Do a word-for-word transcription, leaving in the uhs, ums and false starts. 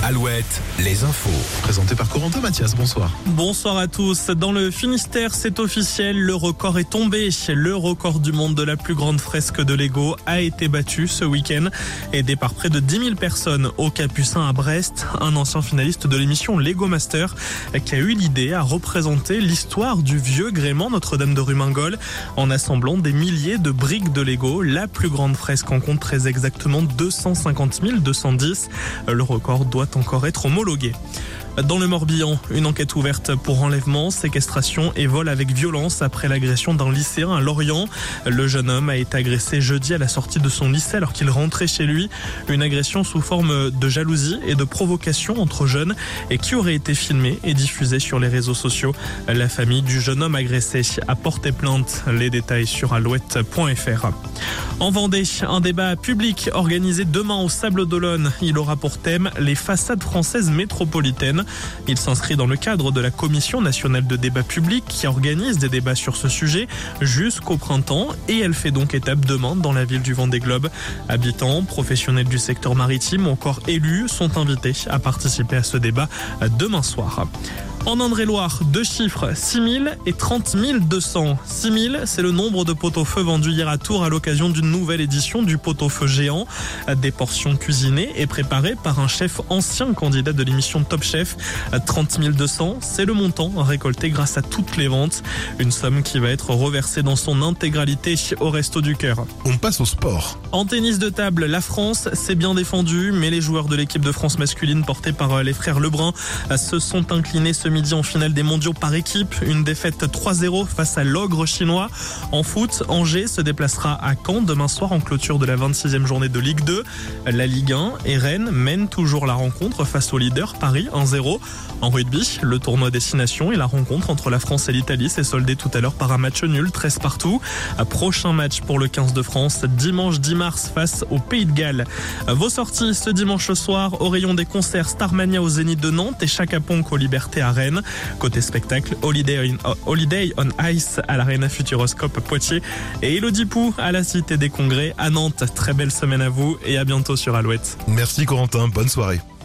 Alouette, les infos. Présenté par Corentin Mathias, bonsoir. Bonsoir à tous. Dans le Finistère, c'est officiel, le record est tombé. Le record du monde de la plus grande fresque de Lego a été battu ce week-end. Aidé par près de dix mille personnes au Capucin à Brest, un ancien finaliste de l'émission Lego Master qui a eu l'idée à représenter l'histoire du vieux gréement Notre-Dame de Rumingol en assemblant des milliers de briques de Lego. La plus grande fresque en compte très exactement deux cent cinquante mille deux cent dix. Le record doit encore être homologué. Dans le Morbihan, une enquête ouverte pour enlèvement, séquestration et vol avec violence après l'agression d'un lycéen à Lorient. Le jeune homme a été agressé jeudi à la sortie de son lycée alors qu'il rentrait chez lui. Une agression sous forme de jalousie et de provocation entre jeunes et qui aurait été filmée et diffusée sur les réseaux sociaux. La famille du jeune homme agressé a porté plainte. Les détails sur alouette point f r. En Vendée, un débat public organisé demain au Sables d'Olonne. Il aura pour thème les façades françaises métropolitaines. Il s'inscrit dans le cadre de la Commission nationale de débat public qui organise des débats sur ce sujet jusqu'au printemps et elle fait donc étape demain dans la ville du Vendée-Globe. Habitants, professionnels du secteur maritime ou encore élus sont invités à participer à ce débat demain soir. En Indre-et-Loire, deux chiffres, six mille et trente mille deux cents. six mille, c'est le nombre de pot-au-feu vendus hier à Tours à l'occasion d'une nouvelle édition du pot-au-feu géant. Des portions cuisinées et préparées par un chef ancien candidat de l'émission Top Chef. trente mille deux cents, c'est le montant récolté grâce à toutes les ventes. Une somme qui va être reversée dans son intégralité au Resto du Cœur. On passe au sport. En tennis de table, la France s'est bien défendue, mais les joueurs de l'équipe de France masculine portés par les frères Lebrun se sont inclinés ce midi en finale des mondiaux par équipe. Une défaite trois zéro face à l'ogre chinois. En foot, Angers se déplacera à Caen demain soir en clôture de la vingt-sixième journée de Ligue deux. La Ligue un et Rennes mènent toujours la rencontre face au leader Paris un zéro. En rugby, le tournoi Destination et la rencontre entre la France et l'Italie s'est soldé tout à l'heure par un match nul, treize partout. Prochain match pour le quinze de France, dimanche dix mars face au Pays de Galles. Vos sorties ce dimanche soir au rayon des concerts Starmania au Zénith de Nantes et Chaka Ponk au Liberté à Rennes. Côté spectacle, Holiday on, Holiday on Ice à l'Arena Futuroscope Poitiers et Elodie Pou à la Cité des Congrès à Nantes. Très belle semaine à vous et à bientôt sur Alouette. Merci Corentin, bonne soirée.